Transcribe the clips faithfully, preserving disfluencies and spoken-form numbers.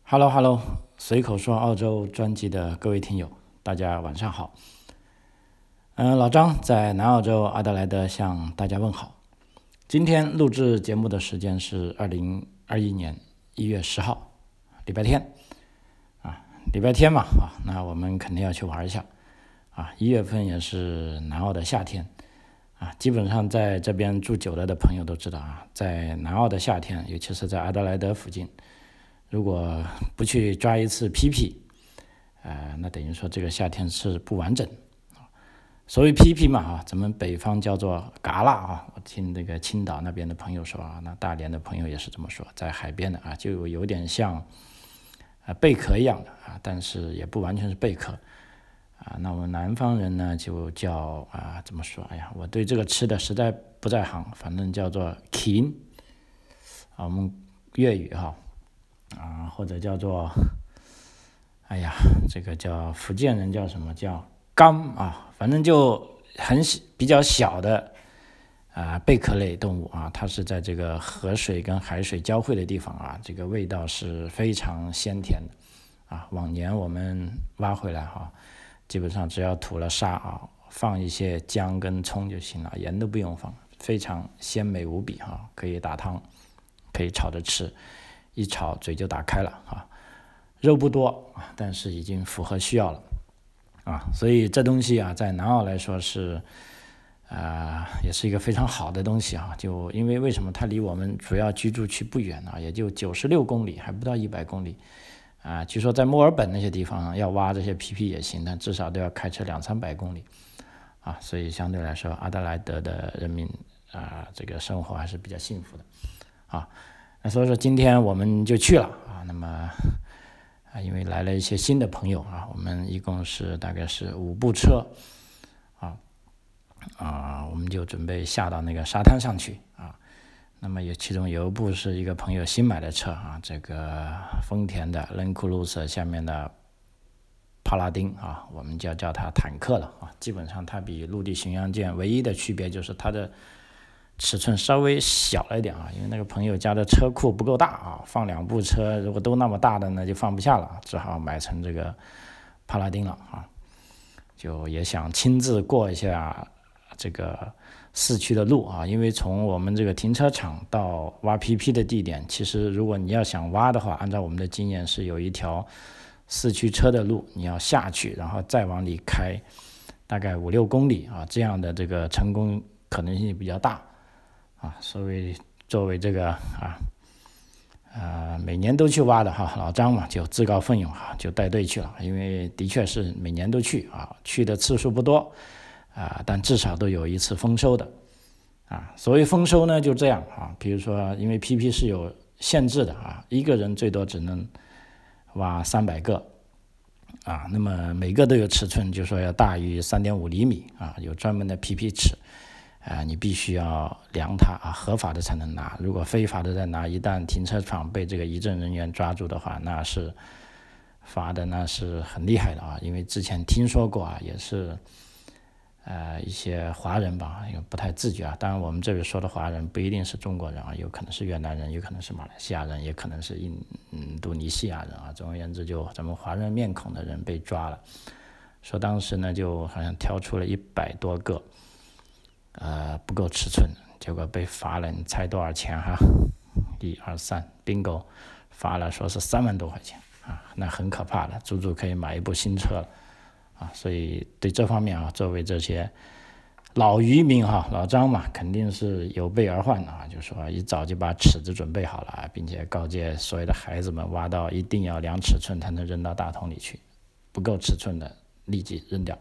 Hello Hello，随口说澳洲专辑的各位听友，大家晚上好。嗯、呃，老张在南澳洲阿德莱德向大家问好。今天录制节目的时间是二零二一年一月十号，礼拜天啊，礼拜天嘛啊，那我们肯定要去玩一下啊。一月份也是南澳的夏天啊，基本上在这边住久了的朋友都知道啊，在南澳的夏天，尤其是在阿德莱德附近。如果不去抓一次屁屁，呃，那等于说这个夏天是不完整。所谓屁屁嘛，啊，咱们北方叫做嘎啦啊。我听那个青岛那边的朋友说啊，那大连的朋友也是这么说，在海边的啊，就有点像啊贝壳一样的啊，但是也不完全是贝壳啊。那我们南方人呢，就叫啊怎么说？哎呀，我对这个吃的实在不在行，反正叫做 kin 啊，我们粤语哈。啊，或者叫做，哎呀，这个叫福建人叫什么叫缸啊，反正就很比较小的啊贝壳类动物啊，它是在这个河水跟海水交汇的地方啊，这个味道是非常鲜甜的啊。往年我们挖回来哈、啊，基本上只要吐了沙啊，放一些姜跟葱就行了，盐都不用放，非常鲜美无比哈、啊，可以打汤，可以炒着吃。一炒嘴就打开了啊，肉不多啊，但是已经符合需要了啊，所以这东西啊，在南澳来说是啊、呃，也是一个非常好的东西啊。就因为为什么它离我们主要居住区不远啊，也就九十六公里，还不到一百公里啊。据说在墨尔本那些地方要挖这些皮皮也行，但至少都要开车两三百公里啊。所以相对来说，阿德莱德的人民啊，这个生活还是比较幸福的啊。所以说今天我们就去了啊，那么啊，因为来了一些新的朋友啊，我们一共是大概是五部车啊啊，我们就准备下到那个沙滩上去啊。那么有其中有一部是一个朋友新买的车啊，这个丰田的兰库鲁瑟下面的帕拉丁啊，我们就要叫它坦克了啊。基本上它比陆地巡洋舰唯一的区别就是它的尺寸稍微小了一点啊，因为那个朋友家的车库不够大啊，放两部车如果都那么大的呢就放不下了，只好买成这个帕拉丁了啊。就也想亲自过一下这个市区的路啊，因为从我们这个停车场到挖 P P 的地点，其实如果你要想挖的话，按照我们的经验是有一条四驱车的路，你要下去然后再往里开大概五六公里啊，这样的这个成功可能性比较大。啊，所谓作为这个啊，呃，每年都去挖的哈，老张嘛就自告奋勇哈，就带队去了，因为的确是每年都去啊，去的次数不多啊，但至少都有一次丰收的啊。所谓丰收呢，就这样啊，比如说因为 P P 是有限制的啊，一个人最多只能挖三百个啊，那么每个都有尺寸，就说要大于三点五厘米啊，有专门的 P P 尺。啊，你必须要量它啊，合法的才能拿。如果非法的再拿，一旦停车场被这个仪政人员抓住的话，那是罚的，那是很厉害的啊。因为之前听说过啊，也是呃一些华人吧，也不太自觉啊。当然，我们这里说的华人不一定是中国人啊，有可能是越南人，有可能是马来西亚人，也可能是印印度尼西亚人啊。总而言之，就咱们华人面孔的人被抓了，说当时呢就好像挑出了一百多个。呃，不够尺寸，结果被罚了，你猜多少钱哈？一二三 ，bingo， 罚了，说是三万多块钱啊，那很可怕的，足足可以买一部新车了啊！所以对这方面啊，作为这些老渔民哈，老张嘛，肯定是有备而患的啊，就说一早就把尺子准备好了，并且告诫所有的孩子们，挖到一定要量尺寸才能扔到大桶里去，不够尺寸的立即扔掉。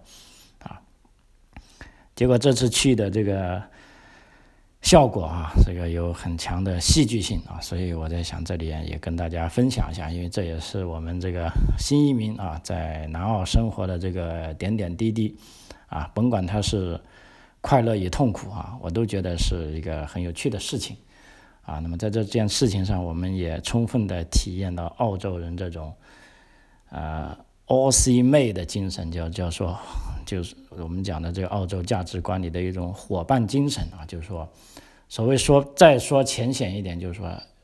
结果这次去的这个效果啊，这个有很强的戏剧性啊，所以我在想这里也跟大家分享一下，因为这也是我们这个新移民啊在南澳生活的这个点点滴滴啊，甭管他是快乐与痛苦啊，我都觉得是一个很有趣的事情啊。那么在这件事情上，我们也充分的体验到澳洲人这种呃 Aussie made 的精神，叫叫说。就是我们讲的这个澳洲价值观里的一种伙伴精神啊，就是说，所谓说再说浅显一点，就是说，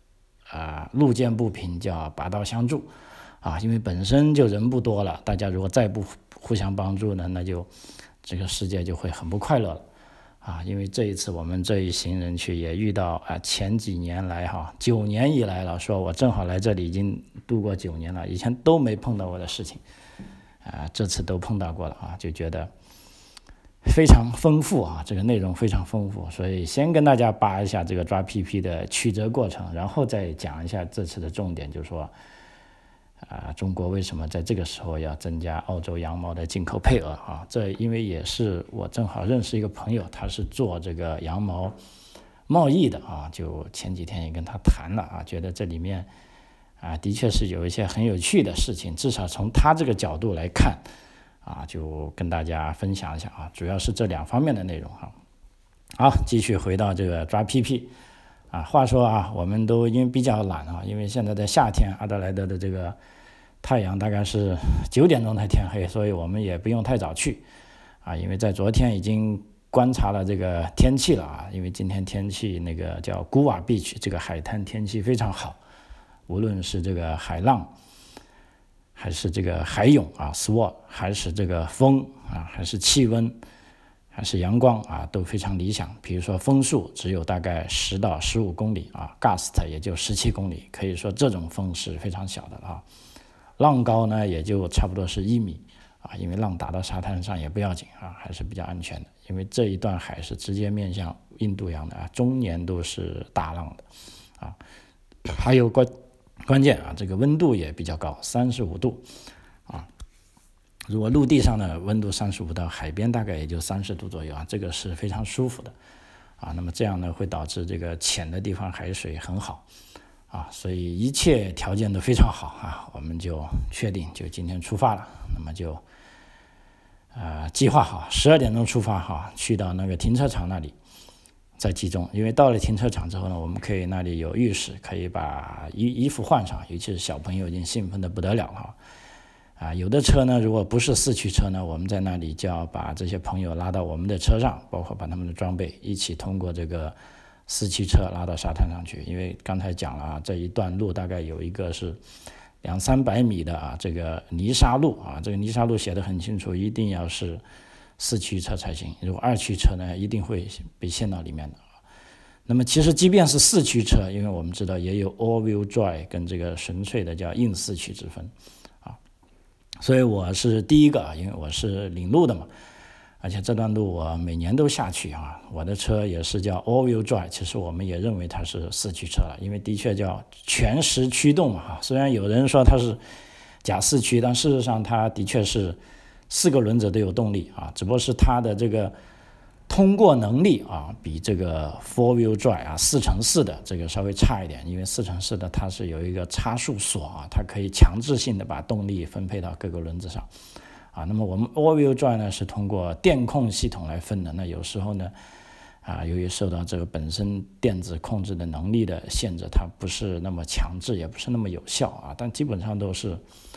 啊、呃、路见不平就要拔刀相助啊，因为本身就人不多了，大家如果再不互相帮助呢，那就这个世界就会很不快乐了啊。因为这一次我们这一行人去也遇到啊，前几年来哈，九年以来了，说我正好来这里已经度过九年了，以前都没碰到过的事情啊，这次都碰到过了啊，就觉得非常丰富啊，这个内容非常丰富，所以先跟大家扒一下这个抓 P P 的曲折过程，然后再讲一下这次的重点，就是说啊，中国为什么在这个时候要增加澳洲羊毛的进口配额啊？这因为也是我正好认识一个朋友，他是做这个羊毛贸易的啊，就前几天也跟他谈了啊，觉得这里面啊的确是有一些很有趣的事情，至少从他这个角度来看啊，就跟大家分享一下啊，主要是这两方面的内容哈。好，继续回到这个抓 P P。啊，话说啊，我们都因为比较懒啊，因为现在在夏天，阿德莱德的这个太阳大概是九点钟才天黑，所以我们也不用太早去啊，因为在昨天已经观察了这个天气了啊，因为今天天气那个叫古瓦 Beach 这个海滩天气非常好，无论是这个海浪，还是这个海涌啊 swell， 还是这个风啊，还是气温，还是阳光啊，都非常理想。比如说风速只有大概十到十五公里啊 ，gust 也就十七公里，可以说这种风是非常小的啊。浪高呢也就差不多是一米啊，因为浪打到沙滩上也不要紧啊，还是比较安全的。因为这一段海是直接面向印度洋的啊，终年都是大浪的啊。还有关关键啊，这个温度也比较高，三十五度啊。如果陆地上的温度三十五度，海边大概也就三十度左右啊，这个是非常舒服的啊。那么这样呢，会导致这个浅的地方海水很好啊，所以一切条件都非常好啊，我们就确定就今天出发了。那么就呃计划好十二点钟出发哈，去到那个停车场那里再集中。因为到了停车场之后呢，我们可以那里有浴室，可以把衣衣服换上，尤其是小朋友已经兴奋的不得了了。啊，有的车呢，如果不是四驱车呢，我们在那里就要把这些朋友拉到我们的车上，包括把他们的装备一起通过这个四驱车拉到沙滩上去。因为刚才讲了啊，这一段路大概有一个是两三百米的啊，这个泥沙路啊，这个泥沙路写得很清楚，一定要是四驱车才行。如果二驱车呢，一定会被陷到里面的。那么其实即便是四驱车，因为我们知道也有 all-wheel drive 跟这个纯粹的叫硬四驱之分。所以我是第一个，因为我是领路的嘛，而且这段路我每年都下去啊。我的车也是叫 all-wheel drive， 其实我们也认为它是四驱车了，因为的确叫全时驱动嘛哈。虽然有人说它是假四驱，但事实上它的确是四个轮子都有动力啊，只不过是它的这个通过能力啊，比这个 four-wheel drive 啊四乘四的这个稍微差一点，因为四乘四的它是有一个差速锁啊，它可以强制性的把动力分配到各个轮子上啊。那么我们 all-wheel drive 呢是通过电控系统来分的，那有时候呢啊，由于受到这个本身电子控制的能力的限制，它不是那么强制，也不是那么有效啊，但基本上都是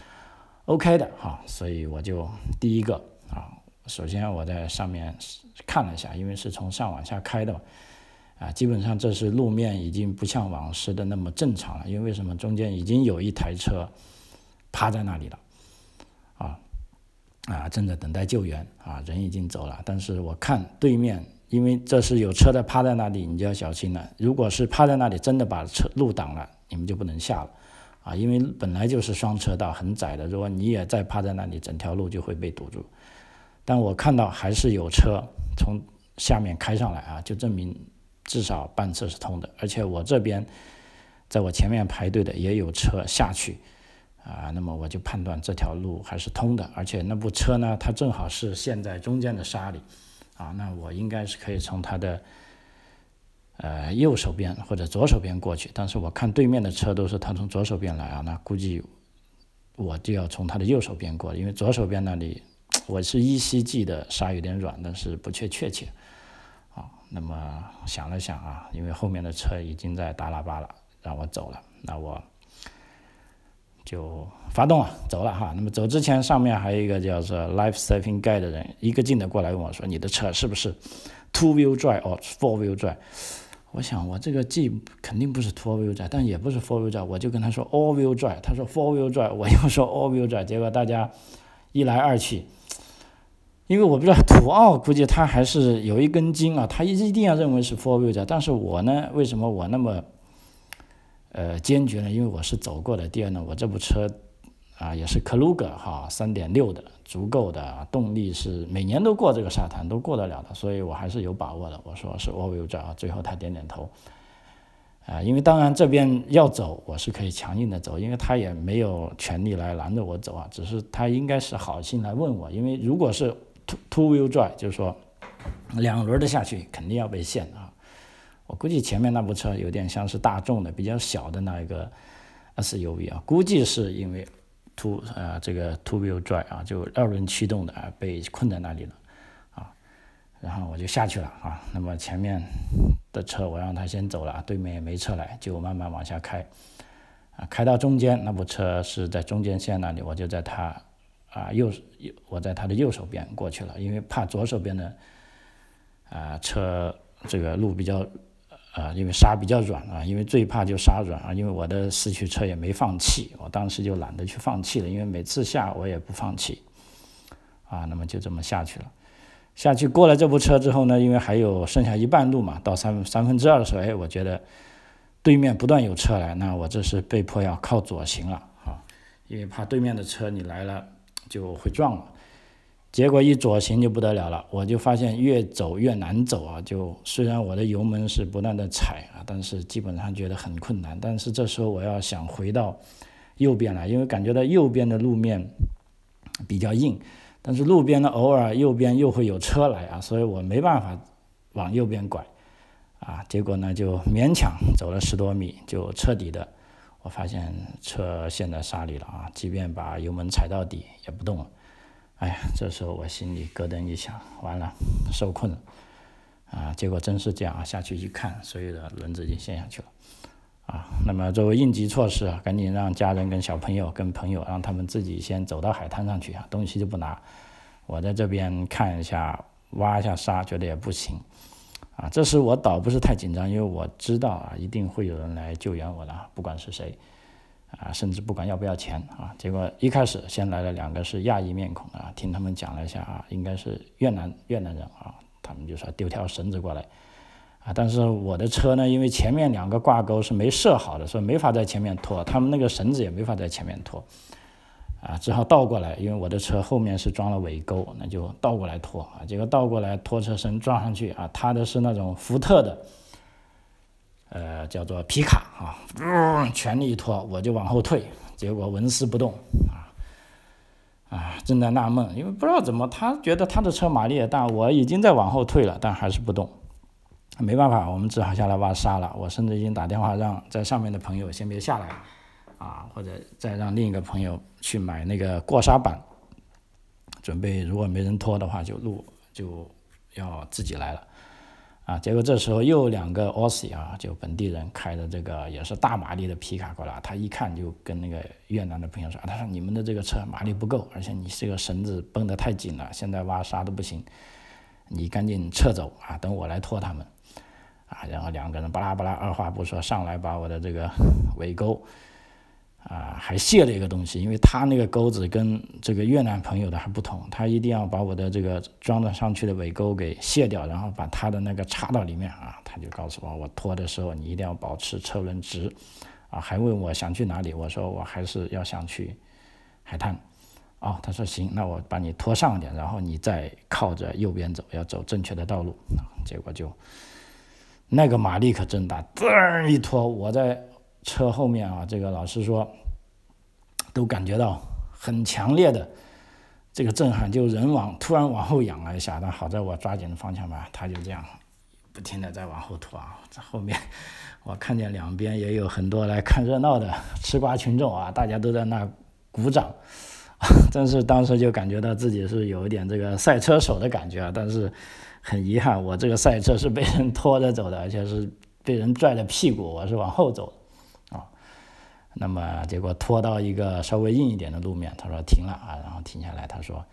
OK 的哈、啊。所以我就第一个啊。首先我在上面看了一下，因为是从上往下开的嘛，啊，基本上这是路面已经不像往时的那么正常了，因为为什么中间已经有一台车趴在那里了，啊啊，正在等待救援啊，人已经走了，但是我看对面，因为这是有车在趴在那里，你就要小心了。如果是趴在那里真的把车路挡了，你们就不能下了啊，因为本来就是双车道很窄的，如果你也再趴在那里，整条路就会被堵住。但我看到还是有车从下面开上来啊，就证明至少半侧是通的。而且我这边在我前面排队的也有车下去啊，那么我就判断这条路还是通的。而且那部车呢，它正好是陷在中间的沙里啊，那我应该是可以从它的呃右手边或者左手边过去。但是我看对面的车都是他从左手边来啊，那估计我就要从他的右手边过，因为左手边那里。我是依稀记得沙有点软，但是不确确切啊。那么想了想啊，因为后面的车已经在打喇叭了，让我走了，那我就发动了，走了哈。那么走之前，上面还有一个叫做 Life Saving Guide 的人，一个劲的过来问我说：“你的车是不是 two wheel drive or four wheel drive？” 我想我这个既肯定不是 two wheel drive， 但也不是 four wheel drive， 我就跟他说 all wheel drive， 他说 four wheel drive， 我又说 all wheel drive， 结果大家一来二去，因为我不知道土澳估计他还是有一根筋啊，他一定要认为是 four wheel drive， 但是我呢，为什么我那么呃坚决呢？因为我是走过的。第二呢，我这部车啊也是 Kaluga 哈 三点六 的，足够的动力是每年都过这个沙滩都过得了的，所以我还是有把握的。我说是 all wheel drive， 最后他点点头。啊，因为当然这边要走，我是可以强硬的走，因为他也没有权利来拦着我走啊，只是他应该是好心来问我，因为如果是 two two wheel drive， 就是说两轮的下去肯定要被限啊。我估计前面那部车有点像是大众的比较小的那一个 S U V 啊，估计是因为 two 呃这个 two wheel drive 啊，就二轮驱动的啊被困在那里了啊，然后我就下去了啊，那么前面的车我让他先走了，对面也没车来，就慢慢往下开，啊，开到中间，那部车是在中间线那里，我就在他啊右，我在他的右手边过去了，因为怕左手边的啊车这个路比较啊，因为沙比较软啊，因为最怕就沙软啊，因为我的四驱车也没放气，我当时就懒得去放气了，因为每次下我也不放气，啊，那么就这么下去了。下去过了这部车之后呢，因为还有剩下一半路嘛，到三三分之二的时候，哎，我觉得对面不断有车来，那我这是被迫要靠左行了啊，因为怕对面的车你来了就会撞了。结果一左行就不得了了，我就发现越走越难走啊，就虽然我的油门是不断的踩啊，但是基本上觉得很困难。但是这时候我要想回到右边来，因为感觉到右边的路面比较硬。但是路边呢，偶尔右边又会有车来啊，所以我没办法往右边拐啊。结果呢，就勉强走了十多米，就彻底的，我发现车陷在沙里了啊！即便把油门踩到底也不动了。哎呀，这时候我心里咯噔一响，完了，受困了啊！结果真是这样啊，下去一看，所有的轮子已经陷下去了。啊，那么作为应急措施啊，赶紧让家人跟小朋友跟朋友让他们自己先走到海滩上去啊，东西就不拿。我在这边看一下，挖一下沙，觉得也不行。啊，这时我倒不是太紧张，因为我知道啊，一定会有人来救援我的，不管是谁，啊，甚至不管要不要钱啊。结果一开始先来了两个是亚裔面孔啊，听他们讲了一下啊，应该是越南越南人啊，他们就说丢条绳子过来。啊，但是我的车呢，因为前面两个挂钩是没设好的，所以没法在前面拖，他们那个绳子也没法在前面拖，啊，只好倒过来，因为我的车后面是装了尾钩，那就倒过来拖啊，结果倒过来拖车身撞上去啊，他的是那种福特的，呃，叫做皮卡啊，嗯，全力一拖，我就往后退，结果纹丝不动啊，啊，正在纳闷，因为不知道怎么，他觉得他的车马力也大，我已经在往后退了，但还是不动。没办法，我们只好下来挖沙了。我甚至已经打电话让在上面的朋友先别下来，啊，或者再让另一个朋友去买那个过沙板，准备如果没人拖的话就路就要自己来了，啊，结果这时候又两个 Aussie 啊，就本地人开的这个也是大马力的皮卡过来，他一看就跟那个越南的朋友说，啊，他说你们的这个车马力不够，而且你这个绳子绷得太紧了，现在挖沙都不行，你赶紧撤走啊，等我来拖他们。啊，然后两个人巴拉巴拉二话不说上来把我的这个尾钩啊还卸了一个东西，因为他那个钩子跟这个越南朋友的还不同，他一定要把我的这个装得上去的尾钩给卸掉，然后把他的那个插到里面啊，他就告诉我，我拖的时候你一定要保持车轮直啊，还问我想去哪里，我说我还是要想去海滩。哦，他说行，那我把你拖上一点，然后你再靠着右边走，要走正确的道路。结果就那个马力可真大，噔一拖，我在车后面啊，这个老实说，都感觉到很强烈的这个震撼，就人往突然往后仰了一下，但好在我抓紧了方向盘，他就这样不停的在往后拖啊。在后面我看见两边也有很多来看热闹的吃瓜群众啊，大家都在那鼓掌，真是当时就感觉到自己是有一点这个赛车手的感觉啊，但是很遗憾，我这个赛车是被人拖着走的，而且是被人拽着屁股，我是往后走的啊。那么结果拖到一个稍微硬一点的路面，他说停了啊，然后停下来，他说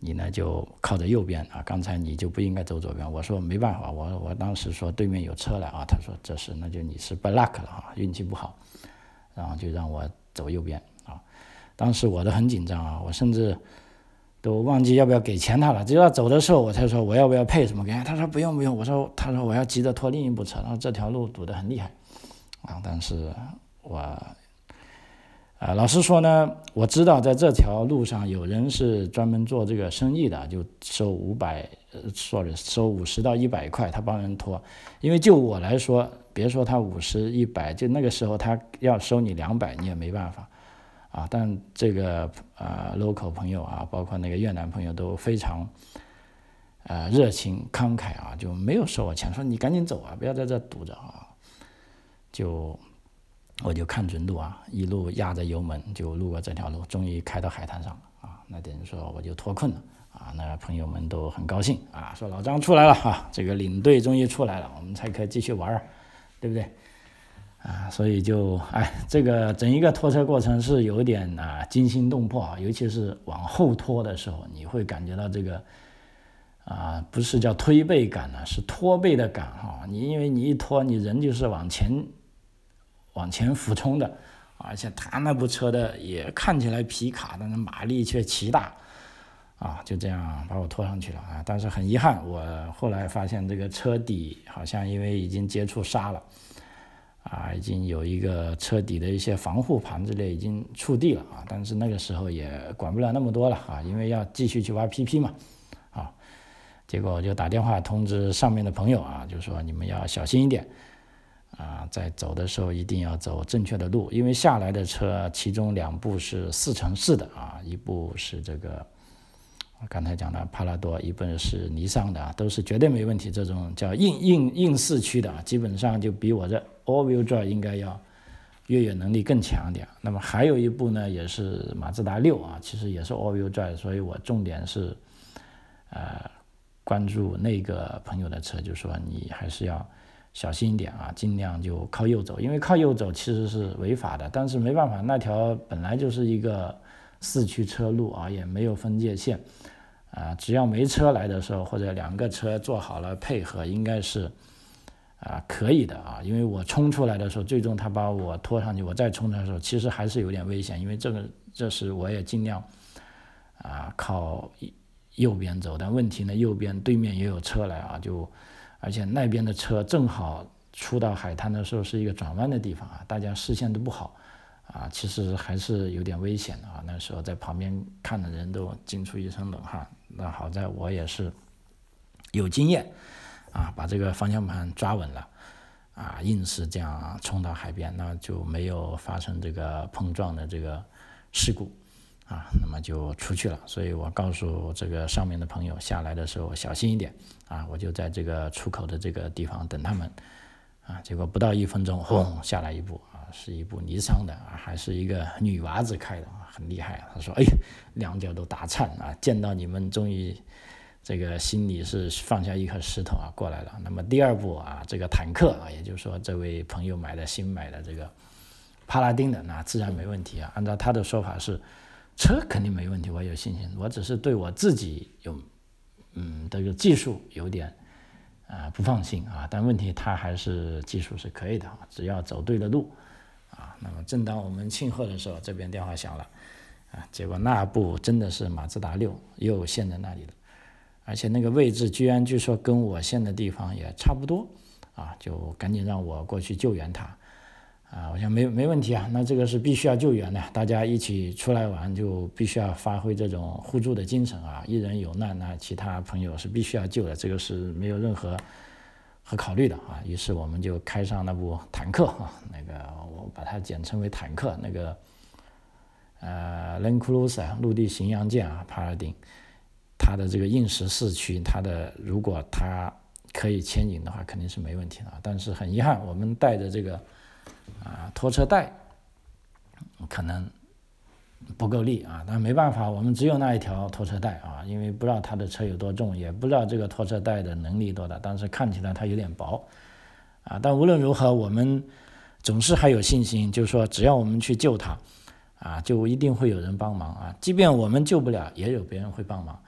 你呢就靠着右边啊，刚才你就不应该走左边。我说没办法，我我当时说对面有车来啊，他说这是那就你是 bad luck 了啊，运气不好，然后就让我走右边啊。当时我都很紧张啊，我甚至都忘记要不要给钱他了，只要走的时候我才说我要不要配什么给他，说不用不用，我说他说我要急着拖另一部车，然后这条路堵得很厉害啊，但是我。啊，老实说呢，我知道在这条路上有人是专门做这个生意的，就收五百，呃，sorry，收五十到一百块，他帮人拖。因为就我来说，别说他五十、一百，就那个时候他要收你两百，你也没办法啊。但这个啊、呃、local 朋友啊，包括那个越南朋友都非常呃热情慷慨啊，就没有收我钱，说你赶紧走啊，不要在这堵着啊，就。我就看准路啊，一路压着油门就路过这条路，终于开到海滩上了啊！那等于说我就脱困了啊！那朋友们都很高兴啊，说老张出来了啊，这个领队终于出来了，我们才可以继续玩，对不对？啊，所以就哎，这个整一个拖车过程是有点啊惊心动魄啊，尤其是往后拖的时候，你会感觉到这个啊不是叫推背感呢、啊，是拖背的感哈、啊。你因为你一拖，你人就是往前。往前俯冲的，而且他那部车的也看起来皮卡，但是马力却奇大，啊，就这样把我拖上去了啊！但是很遗憾，我后来发现这个车底好像因为已经接触沙了，啊，已经有一个车底的一些防护盘之类已经触地了啊！但是那个时候也管不了那么多了啊，因为要继续去挖 P P 嘛，啊，结果我就打电话通知上面的朋友啊，就说你们要小心一点。啊，在走的时候一定要走正确的路，因为下来的车其中两部是四乘四的啊，一部是这个我刚才讲的帕拉多，一部是尼桑的啊，都是绝对没问题，这种叫硬硬硬四驱的啊，基本上就比我这 all wheel drive 应该要越野能力更强点。那么还有一部呢，也是马自达六啊，其实也是 all wheel drive， 所以我重点是呃关注那个朋友的车，就说你还是要。小心一点啊，尽量就靠右走，因为靠右走其实是违法的，但是没办法，那条本来就是一个四驱车路啊，也没有分界线啊，只要没车来的时候，或者两个车做好了配合，应该是啊可以的啊，因为我冲出来的时候，最终他把我拖上去，我再冲出来的时候，其实还是有点危险，因为这个这时我也尽量啊靠右边走，但问题呢，右边对面也有车来啊，就。而且那边的车正好出到海滩的时候是一个转弯的地方啊，大家视线都不好啊，其实还是有点危险的啊。那时候在旁边看的人都惊出一身冷汗。那好在我也是有经验啊，把这个方向盘抓稳了啊，硬是这样冲到海边，那就没有发生这个碰撞的这个事故。啊，那么就出去了，所以我告诉这个上面的朋友下来的时候小心一点啊，我就在这个出口的这个地方等他们啊，结果不到一分钟，轰下来一部啊，是一部尼桑的啊，还是一个女娃子开的，很厉害。他说：“哎，两脚都打颤啊，见到你们终于这个心里是放下一颗石头啊，过来了。”那么第二部啊，这个坦克啊，也就是说这位朋友买的新买的这个帕拉丁的，那自然没问题啊。按照他的说法是。车肯定没问题，我有信心。我只是对我自己有，嗯，这个技术有点啊、呃、不放心啊。但问题他还是技术是可以的啊，只要走对了路啊。那么正当我们庆贺的时候，这边电话响了啊，结果那部真的是马自达六又陷在那里了，而且那个位置居然据说跟我陷的地方也差不多啊，就赶紧让我过去救援他。啊，我想没没问题啊，那这个是必须要救援的，大家一起出来玩就必须要发挥这种互助的精神啊，一人有难，那其他朋友是必须要救的，这个是没有任何和考虑的啊。于是我们就开上那部坦克啊，那个我把它简称为坦克，那个呃 Land Cruiser 陆地巡洋舰啊，帕拉丁，它的这个硬实四驱，它的如果它可以牵引的话，肯定是没问题的，但是很遗憾，我们带着这个。啊，拖车带可能不够力啊，但没办法，我们只有那一条拖车带啊，因为不知道他的车有多重，也不知道这个拖车带的能力多大，但是看起来它有点薄啊。但无论如何，我们总是还有信心，就是说只要我们去救他啊，就一定会有人帮忙啊。即便我们救不了，也有别人会帮忙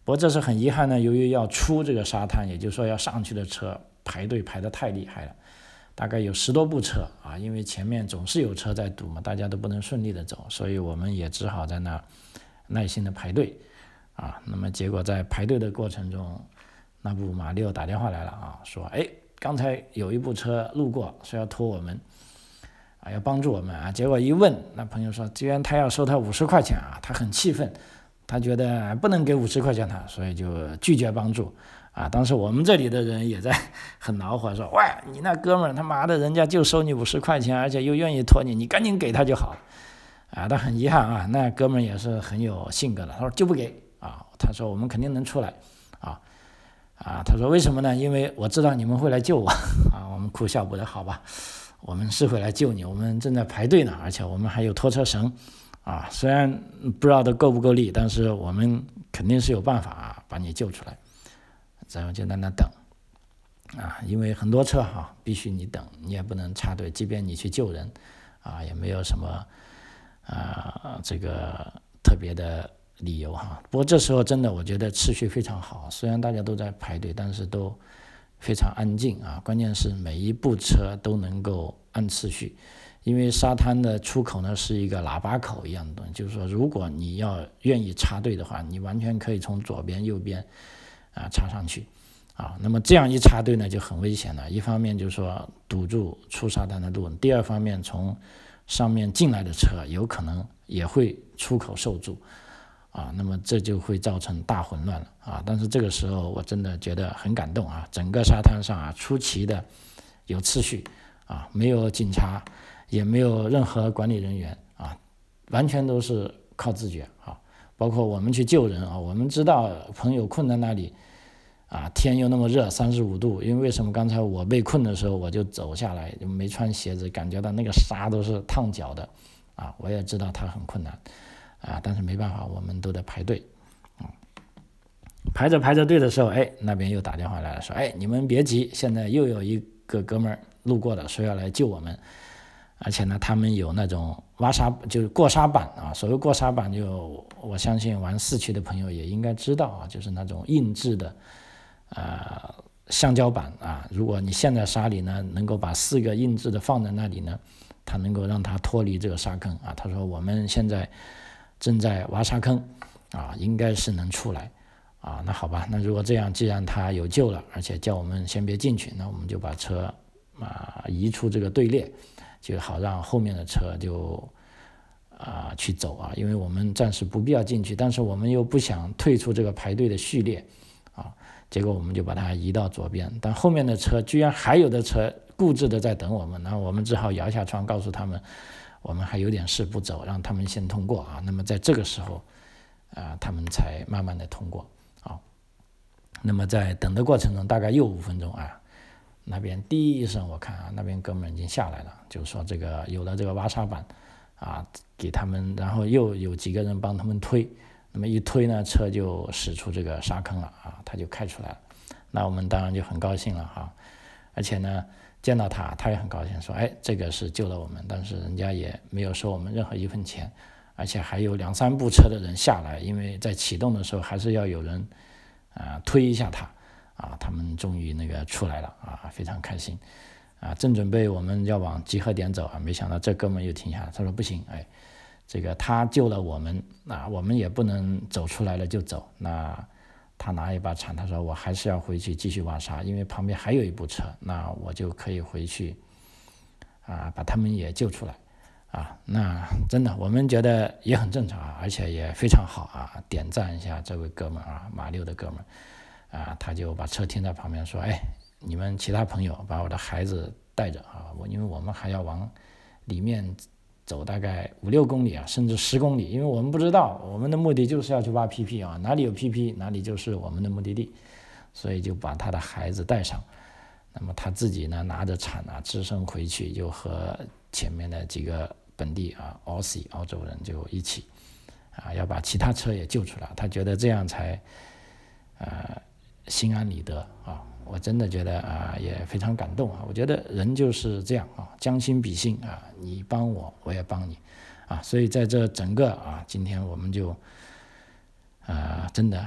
不过这是很遗憾呢，由于要出这个沙滩，也就是说要上去的车排队排得太厉害了，大概有十多部车啊，因为前面总是有车在堵嘛，大家都不能顺利的走，所以我们也只好在那耐心的排队啊。那么结果在排队的过程中，那部马六打电话来了啊，说哎，刚才有一部车路过，说要拖我们啊，要帮助我们啊。结果一问，那朋友说，既然他要收他五十块钱啊，他很气愤，他觉得不能给五十块钱他，所以就拒绝帮助啊。当时我们这里的人也在很恼火，说，喂，你那哥们儿他妈的，人家就收你五十块钱，而且又愿意拖你，你赶紧给他就好啊。但很遗憾啊，那哥们儿也是很有性格的，他说就不给啊。他说我们肯定能出来啊啊。他说为什么呢？因为我知道你们会来救我啊。我们哭笑不得，好吧，我们是会来救你，我们正在排队呢，而且我们还有拖车绳啊。虽然不知道的够不够力，但是我们肯定是有办法啊，把你救出来。然后就在那等啊，因为很多车哈、啊，必须你等，你也不能插队，即便你去救人啊，也没有什么啊这个特别的理由哈、啊。不过这时候真的我觉得秩序非常好，虽然大家都在排队，但是都非常安静啊。关键是每一部车都能够按次序，因为沙滩的出口呢是一个喇叭口一样的东西，就是说如果你要愿意插队的话，你完全可以从左边右边啊插上去啊。那么这样一插队呢就很危险了，一方面就是说堵住出沙滩的路，第二方面从上面进来的车有可能也会出口受阻啊，那么这就会造成大混乱了啊。但是这个时候我真的觉得很感动啊，整个沙滩上啊出奇的有秩序啊，没有警察，也没有任何管理人员啊，完全都是靠自觉啊。包括我们去救人啊，我们知道朋友困在那里啊，天又那么热，三十五度，因为为什么刚才我被困的时候我就走下来，就没穿鞋子，感觉到那个沙都是烫脚的啊，我也知道他很困难啊，但是没办法，我们都得排队啊。排着排着队的时候，哎，那边又打电话来了，说，哎，你们别急，现在又有一个哥们儿路过了，说要来救我们，而且呢，他们有那种挖沙，就是过沙板啊。所谓过沙板就，就我相信玩四驱的朋友也应该知道啊，就是那种硬质的，呃，橡胶板啊。如果你陷在沙里呢，能够把四个硬质的放在那里呢，它能够让它脱离这个沙坑啊。他说我们现在正在挖沙坑啊，应该是能出来啊。那好吧，那如果这样，既然他有救了，而且叫我们先别进去，那我们就把车啊移出这个队列，就好让后面的车就啊、呃、去走啊，因为我们暂时不必要进去，但是我们又不想退出这个排队的序列啊。结果我们就把它移到左边，但后面的车居然还有的车固执的在等我们，然后我们只好摇下窗告诉他们，我们还有点事不走，让他们先通过啊。那么在这个时候啊、呃，他们才慢慢的通过啊。那么在等的过程中，大概又五分钟啊。那边第一声我看啊，那边哥们已经下来了，就是说这个有了这个挖沙板啊，给他们，然后又有几个人帮他们推，那么一推呢，车就驶出这个沙坑了啊，他就开出来了。那我们当然就很高兴了哈，而且呢，见到他，他也很高兴，说，哎，这个是救了我们，但是人家也没有收我们任何一分钱，而且还有两三部车的人下来，因为在启动的时候还是要有人啊推一下他。啊，他们终于那个出来了啊，非常开心啊！正准备我们要往集合点走啊，没想到这哥们又停下来，他说不行，哎，这个他救了我们啊，我们也不能走出来了就走。那他拿一把铲，他说我还是要回去继续挖沙，因为旁边还有一部车，那我就可以回去啊，把他们也救出来啊。那真的我们觉得也很正常啊，而且也非常好啊，点赞一下这位哥们啊，马六的哥们。啊，他就把车停在旁边说，哎，你们其他朋友把我的孩子带着啊，我因为我们还要往里面走大概五六公里啊，甚至十公里，因为我们不知道，我们的目的就是要去挖 P P 啊，哪里有 P P 哪里就是我们的目的地，所以就把他的孩子带上，那么他自己呢拿着铲啊，只身回去，就和前面的几个本地啊 Aussie 澳洲人就一起啊，要把其他车也救出来，他觉得这样才呃心安理得啊，我真的觉得啊也非常感动啊。我觉得人就是这样啊，将心比心啊，你帮我，我也帮你啊。所以在这整个啊，今天我们就啊真的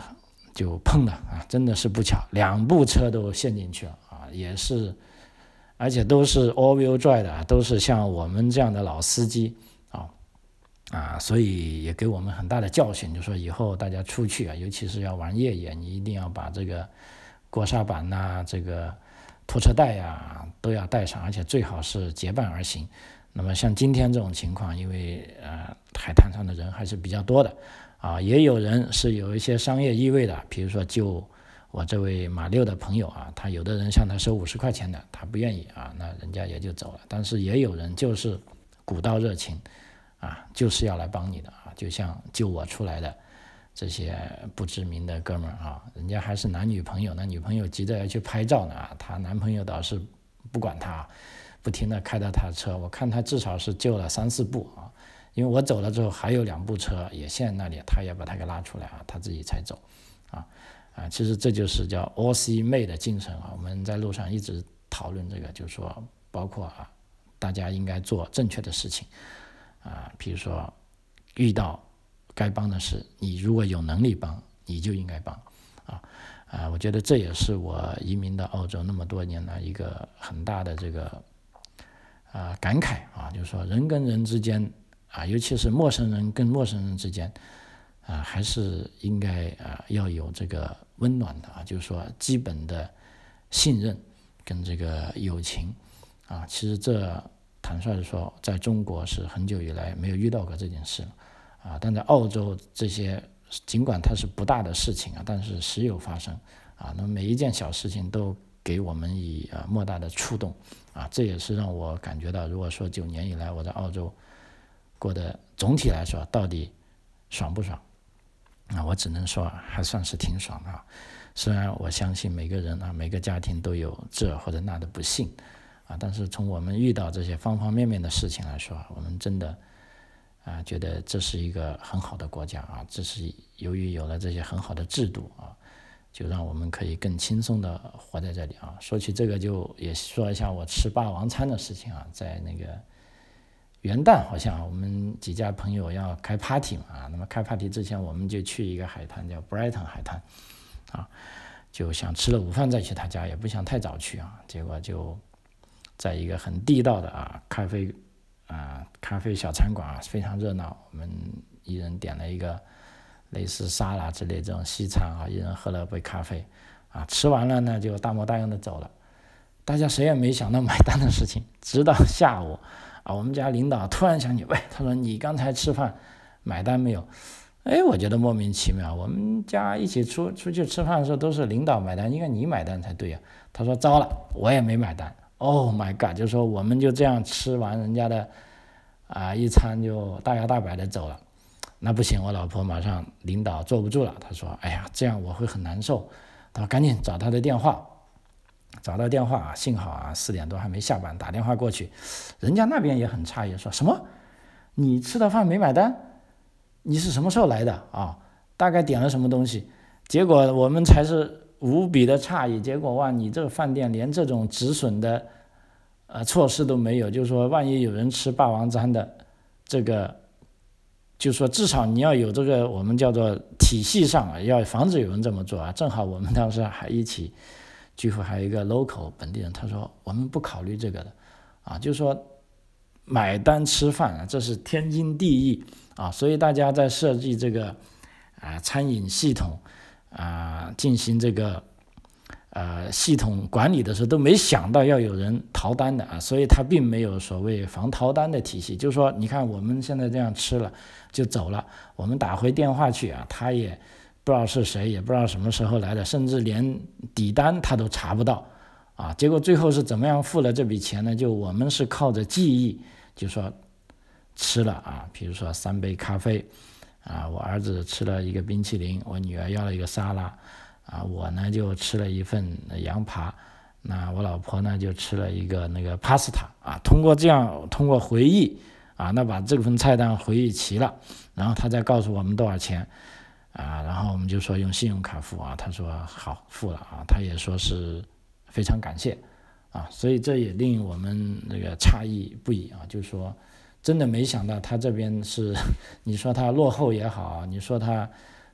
就碰了啊，真的是不巧，两部车都陷进去了啊，也是，而且都是 all-wheel drive 的，都是像我们这样的老司机啊啊，所以也给我们很大的教训，就说以后大家出去啊，尤其是要玩越野，你一定要把这个过刹板呐、啊，这个拖车带呀、啊、都要带上，而且最好是结伴而行。那么像今天这种情况，因为呃海滩上的人还是比较多的啊，也有人是有一些商业意味的，比如说就我这位马六的朋友啊，他有的人向他收五十块钱的，他不愿意啊，那人家也就走了。但是也有人就是古道热情啊，就是要来帮你的啊，就像救我出来的这些不知名的哥们儿啊，人家还是男女朋友，那女朋友急着要去拍照呢啊，他男朋友倒是不管他，不停地开到他的车，我看他至少是救了三四步啊，因为我走了之后还有两部车也陷在那里，他也把他给拉出来啊，他自己才走啊啊，其实这就是叫 all see May 的精神啊，我们在路上一直讨论这个，就是说包括啊，大家应该做正确的事情啊，比如说遇到该帮的事，你如果有能力帮，你就应该帮啊啊！我觉得这也是我移民到澳洲那么多年来一个很大的这个啊感慨啊，就是说人跟人之间啊，尤其是陌生人跟陌生人之间啊，还是应该啊要有这个温暖的啊，就是说基本的信任跟这个友情啊。其实这坦率的说，在中国是很久以来没有遇到过这件事了。啊，但在澳洲这些尽管它是不大的事情啊，但是时有发生啊。那么每一件小事情都给我们以啊莫大的触动啊，这也是让我感觉到，如果说九年以来我在澳洲过得总体来说到底爽不爽啊？我只能说还算是挺爽的啊。虽然我相信每个人啊每个家庭都有这或者那的不幸啊，但是从我们遇到这些方方面面的事情来说，我们真的。啊，觉得这是一个很好的国家啊，这是由于有了这些很好的制度啊，就让我们可以更轻松的活在这里啊。说起这个，就也说一下我吃霸王餐的事情啊，在那个元旦，好像我们几家朋友要开 party 嘛啊，那么开 party 之前，我们就去一个海滩叫 Brighton 海滩啊，就想吃了午饭再去他家，也不想太早去啊，结果就在一个很地道的啊咖啡。啊，咖啡小餐馆啊，非常热闹。我们一人点了一个类似沙拉之类这种西餐啊，一人喝了杯咖啡啊，吃完了呢就大模大样的走了。大家谁也没想到买单的事情，直到下午啊，我们家领导突然想起，喂，他说你刚才吃饭买单没有？哎，我觉得莫名其妙。我们家一起出出去吃饭的时候都是领导买单，应该你买单才对呀、啊。他说糟了，我也没买单。Oh my god！ 就说我们就这样吃完人家的啊一餐就大摇大摆的走了，那不行，我老婆马上领导坐不住了，她说：“哎呀，这样我会很难受。”她说：“赶紧找他的电话，找到电话，幸好啊四点多还没下班，打电话过去，人家那边也很诧异，说什么？你吃的饭没买单？你是什么时候来的啊？大概点了什么东西？”结果我们才是无比的诧异，结果哇，你这个饭店连这种止损的呃措施都没有，就是说万一有人吃霸王餐的这个，就是说至少你要有这个我们叫做体系上啊，要防止有人这么做啊。正好我们当时还一起聚会，还有一个 local 本地人，他说我们不考虑这个的啊，就是说买单吃饭啊，这是天经地义啊，所以大家在设计这个啊餐饮系统。啊，进行这个呃系统管理的时候都没想到要有人逃单的啊，所以他并没有所谓防逃单的体系。就是说，你看我们现在这样吃了就走了，我们打回电话去啊，他也不知道是谁，也不知道什么时候来的，甚至连底单他都查不到啊。结果最后是怎么样付了这笔钱呢？就我们是靠着记忆，就说吃了啊，比如说三杯咖啡。啊，我儿子吃了一个冰淇淋，我女儿要了一个沙拉，啊，我呢就吃了一份羊扒，那我老婆呢就吃了一个那个 pasta 啊。通过这样，通过回忆啊，那把这份菜单回忆齐了，然后他再告诉我们多少钱啊，然后我们就说用信用卡付啊，他说好付了啊，他也说是非常感谢啊，所以这也令我们那个诧异不已啊，就是说。真的没想到他这边是，你说他落后也好，你说他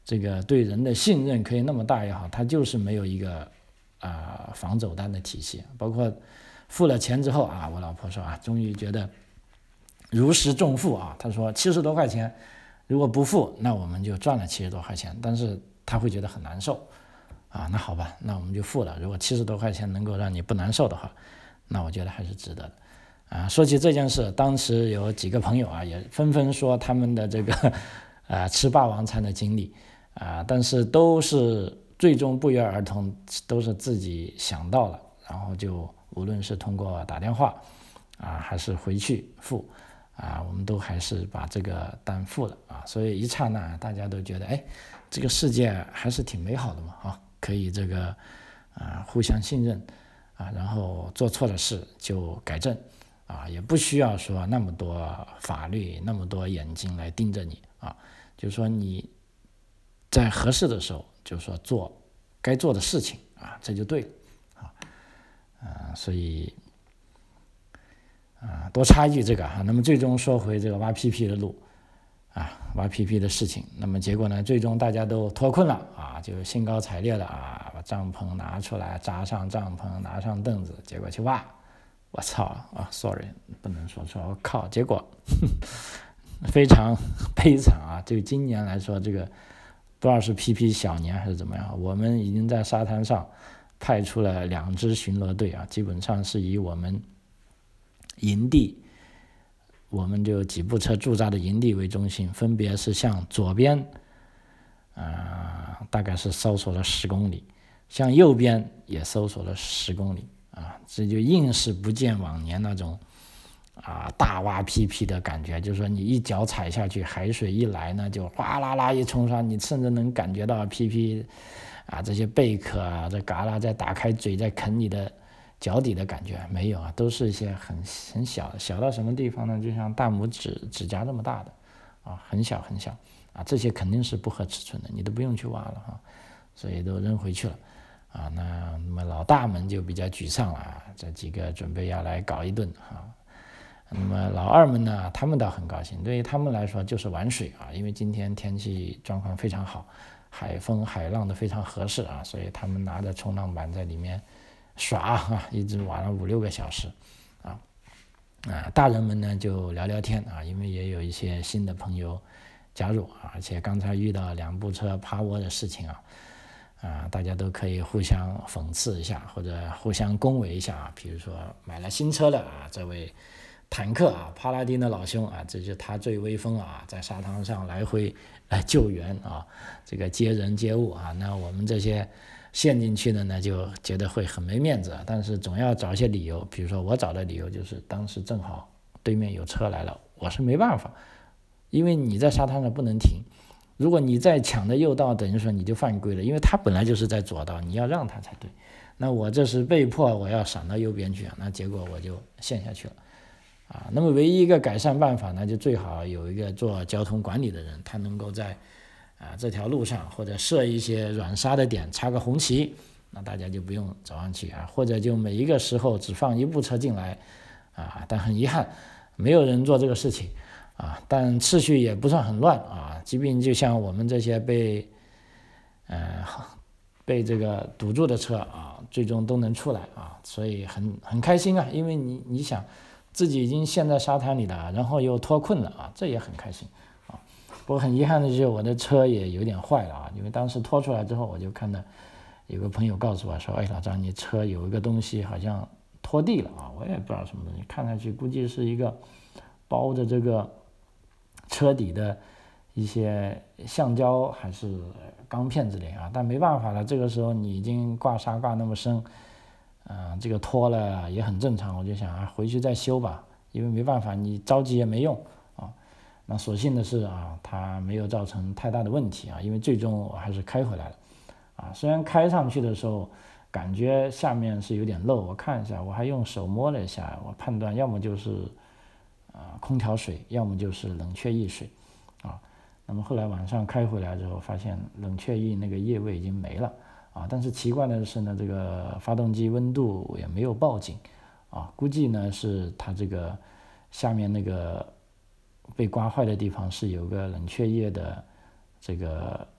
这个对人的信任可以那么大也好，它就是没有一个啊、呃、防走单的体系。包括付了钱之后啊，我老婆说啊，终于觉得如释重负啊。她说七十多块钱，如果不付，那我们就赚了七十多块钱，但是她会觉得很难受啊。那好吧，那我们就付了。如果七十多块钱能够让你不难受的话，那我觉得还是值得的。啊，说起这件事，当时有几个朋友啊，也纷纷说他们的这个啊吃霸王餐的经历啊，但是都是最终不约而同，都是自己想到了，然后就无论是通过打电话啊，还是回去付啊，我们都还是把这个单付了啊，所以一刹那大家都觉得，哎，这个世界还是挺美好的嘛，啊，可以这个啊互相信任啊，然后做错了事就改正。啊，也不需要说那么多法律，那么多眼睛来盯着你啊，就是说你在合适的时候，就是说做该做的事情啊，这就对了啊，啊，所以啊，多插一句这个啊，那么最终说回这个挖 P P 的路啊，挖 P P 的事情，那么结果呢，最终大家都脱困了啊，就兴高采烈的啊，把帐篷拿出来，扎上帐篷，拿上凳子，结果去挖。我操啊 ，sorry， 不能说错，我靠，结果非常悲惨啊！就今年来说，这个不知道是 P P 小年还是怎么样，我们已经在沙滩上派出了两支巡逻队啊，基本上是以我们营地，我们就几部车驻扎的营地为中心，分别是向左边，呃，大概是搜索了十公里，向右边也搜索了十公里。啊，这就硬是不见往年那种啊大挖 P P 的感觉，就是说你一脚踩下去，海水一来呢，就哗啦啦一冲上，你甚至能感觉到 P P 啊这些贝壳啊，这嘎啦在打开嘴在啃你的脚底的感觉没有啊，都是一些很很小的，小到什么地方呢？就像大拇指指甲这么大的啊，很小很小啊，这些肯定是不合尺寸的，你都不用去挖了哈，所以都扔回去了。啊，那那么老大们就比较沮丧了，这几个准备要来搞一顿啊。那么老二们呢，他们倒很高兴，对于他们来说就是玩水啊，因为今天天气状况非常好，海风海浪的非常合适啊，所以他们拿着冲浪板在里面耍啊，一直玩了五六个小时啊。啊，大人们呢就聊聊天啊，因为也有一些新的朋友加入啊，而且刚才遇到两部车趴窝的事情啊。啊，大家都可以互相讽刺一下，或者互相恭维一下啊。比如说买了新车的啊，这位坦克啊，帕拉丁的老兄啊，这就他最威风啊，在沙滩上来回来救援啊，这个接人接物啊。那我们这些陷进去的呢，就觉得会很没面子，但是总要找一些理由。比如说我找的理由就是当时正好对面有车来了，我是没办法，因为你在沙滩上不能停。如果你在抢的右道，等于说你就犯规了，因为他本来就是在左道，你要让他才对。那我这是被迫我要闪到右边去，那结果我就陷下去了啊。那么唯一一个改善办法呢，就最好有一个做交通管理的人，他能够在啊这条路上或者设一些软刹的点，插个红旗，那大家就不用走上去啊，或者就每一个时候只放一部车进来啊。但很遗憾，没有人做这个事情。啊，但秩序也不算很乱啊，即便就像我们这些被，呃，被这个堵住的车啊，最终都能出来啊，所以很很开心啊，因为你你想自己已经陷在沙滩里了，然后又脱困了啊，这也很开心啊。不过很遗憾的就是我的车也有点坏了啊，因为当时拖出来之后，我就看到有个朋友告诉我说，哎，老张，你车有一个东西好像拖地了啊，我也不知道什么东西，看上去估计是一个包着这个车底的一些橡胶还是钢片之类啊，但没办法了，这个时候你已经挂沙挂那么深，嗯、呃，这个脱了也很正常，我就想啊，回去再修吧，因为没办法，你着急也没用啊。那所幸的是啊，它没有造成太大的问题啊，因为最终我还是开回来了啊。虽然开上去的时候感觉下面是有点漏，我看一下，我还用手摸了一下，我判断要么就是啊、呃、空调水，要么就是冷却液水啊。那么后来晚上开回来之后，发现冷却液那个液位已经没了啊。但是奇怪的是呢，这个发动机温度也没有报警啊，估计呢是它这个下面那个被刮坏的地方是有个冷却液的这个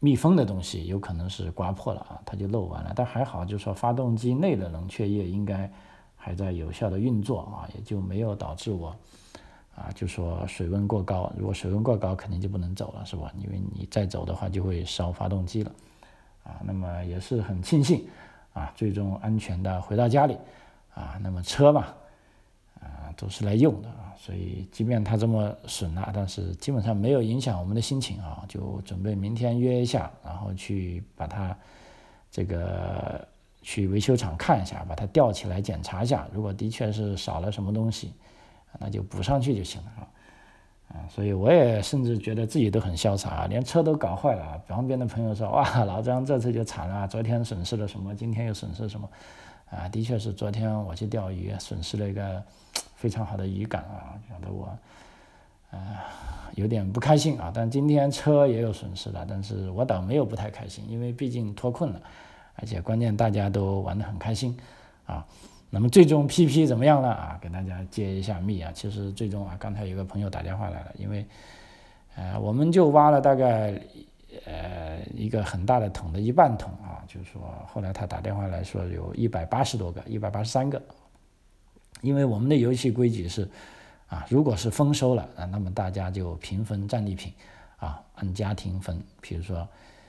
密封的东西有可能是刮破了啊，它就漏完了。但还好，就是说发动机内的冷却液应该还在有效的运作啊，也就没有导致我啊，就说水温过高。如果水温过高，肯定就不能走了，是吧？因为你再走的话就会烧发动机了啊。那么也是很庆幸啊，最终安全的回到家里啊。那么车嘛，啊都是来用的啊，所以即便它这么损了，但是基本上没有影响我们的心情啊。就准备明天约一下，然后去把它这个去维修厂看一下，把它吊起来检查一下。如果的确是少了什么东西，那就补上去就行了啊。啊，所以我也甚至觉得自己都很潇洒啊，连车都搞坏了。旁边的朋友说：“哇，老张这次就惨了，昨天损失了什么，今天又损失了什么。”啊，的确是昨天我去钓鱼，损失了一个非常好的渔竿啊，搞得我呃有点不开心啊。但今天车也有损失了，但是我倒没有不太开心，因为毕竟脱困了，而且关键大家都玩得很开心啊。那么最终 P P 怎么样了啊？给大家揭一下密啊。其实最终啊，刚才有个朋友打电话来了，因为呃我们就挖了大概呃一个很大的桶的一半桶啊，就是说后来他打电话来说有一百八十多个，一百八十三个。因为我们的游戏规矩是啊，如果是丰收了啊，那么大家就平分战利品啊，按家庭分。比如说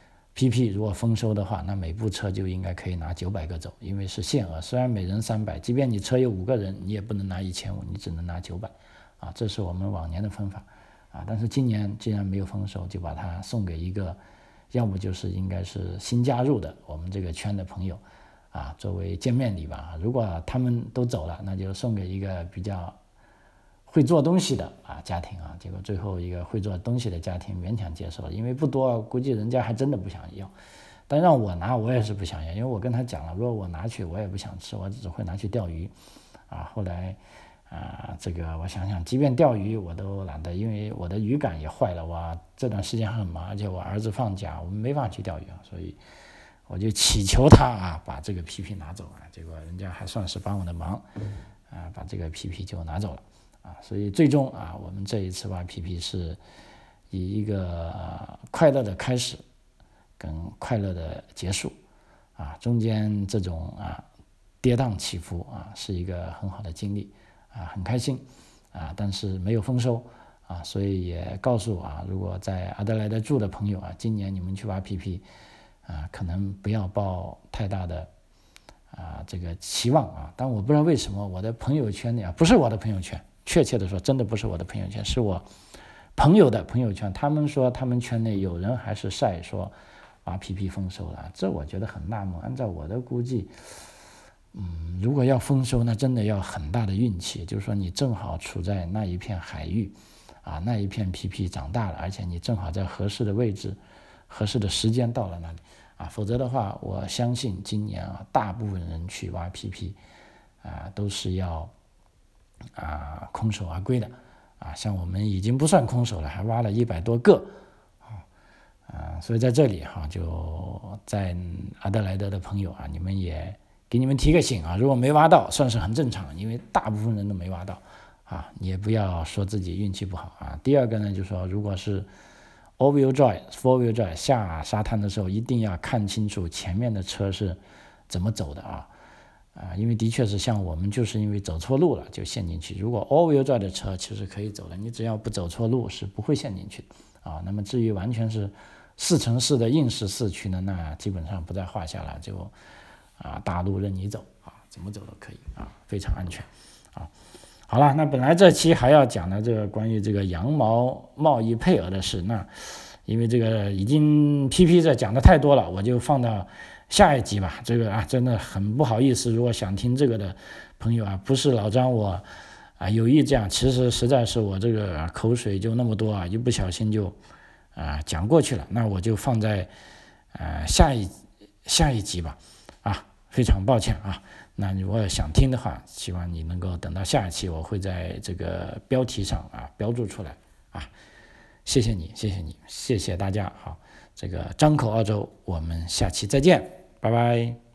P P 如果丰收的话，那每部车就应该可以拿九百个走，因为是限额，虽然每人三百，即便你车有五个人，你也不能拿一千五，你只能拿九百啊，这是我们往年的分法啊。但是今年既然没有丰收，就把它送给一个，要不就是应该是新加入的我们这个圈的朋友啊，作为见面礼吧。如果他们都走了，那就送给一个比较会做东西的啊家庭啊。结果最后一个会做东西的家庭勉强接受了，因为不多，估计人家还真的不想要。但让我拿，我也是不想要，因为我跟他讲了，如果我拿去，我也不想吃，我只会拿去钓鱼啊。后来啊，这个我想想，即便钓鱼我都懒得，因为我的渔竿也坏了，我这段时间很忙，而且我儿子放假，我们没法去钓鱼啊，所以我就祈求他啊，把这个 P P 拿走啊。结果人家还算是帮我的忙啊，把这个 P P 就拿走了啊。所以最终啊，我们这一次挖 P P 是以一个、呃、快乐的开始跟快乐的结束啊，中间这种啊跌宕起伏啊，是一个很好的经历啊，很开心啊，但是没有丰收啊，所以也告诉啊，如果在阿德莱德住的朋友啊，今年你们去挖 P P 啊，可能不要抱太大的啊这个期望啊。但我不知道为什么我的朋友圈里啊，不是我的朋友圈，确切的说，真的不是我的朋友圈，是我朋友的朋友圈。他们说他们圈内有人还是晒说挖 P P 丰收了，这我觉得很纳闷。按照我的估计，嗯，如果要丰收，那真的要很大的运气，就是说你正好处在那一片海域啊，那一片 P P 长大了，而且你正好在合适的位置。合适的时间到了那里啊，否则的话，我相信今年啊，大部分人去挖 P P 啊，都是要啊空手而归的啊。像我们已经不算空手了，还挖了一百多个啊啊，所以在这里哈、啊，就在阿德莱德的朋友啊，你们也给你们提个醒啊，如果没挖到，算是很正常，因为大部分人都没挖到啊，你也不要说自己运气不好啊。第二个呢，就是说如果是All-wheel drive、four-wheel drive 下沙滩的时候，一定要看清楚前面的车是怎么走的啊啊！因为的确是像我们就是因为走错路了就陷进去。如果 All-wheel drive 的车其实可以走的，你只要不走错路是不会陷进去的啊。那么至于完全是四乘四的硬式四驱呢，那基本上不在话下了，就啊大路任你走啊，怎么走都可以啊，非常安全啊。好了，那本来这期还要讲的这个关于这个羊毛贸易配额的事，那因为这个已经 P P 这讲的太多了，我就放到下一集吧。这个啊，真的很不好意思，如果想听这个的朋友啊，不是老张我啊有意这样，其实实在是我这个口水就那么多啊，一不小心就啊讲过去了，那我就放在呃下一下一集吧。啊，非常抱歉啊。那如果想听的话，希望你能够等到下一期，我会在这个标题上啊标注出来啊。谢谢你，谢谢你，谢谢大家。好，这个张口澳洲，我们下期再见，拜拜。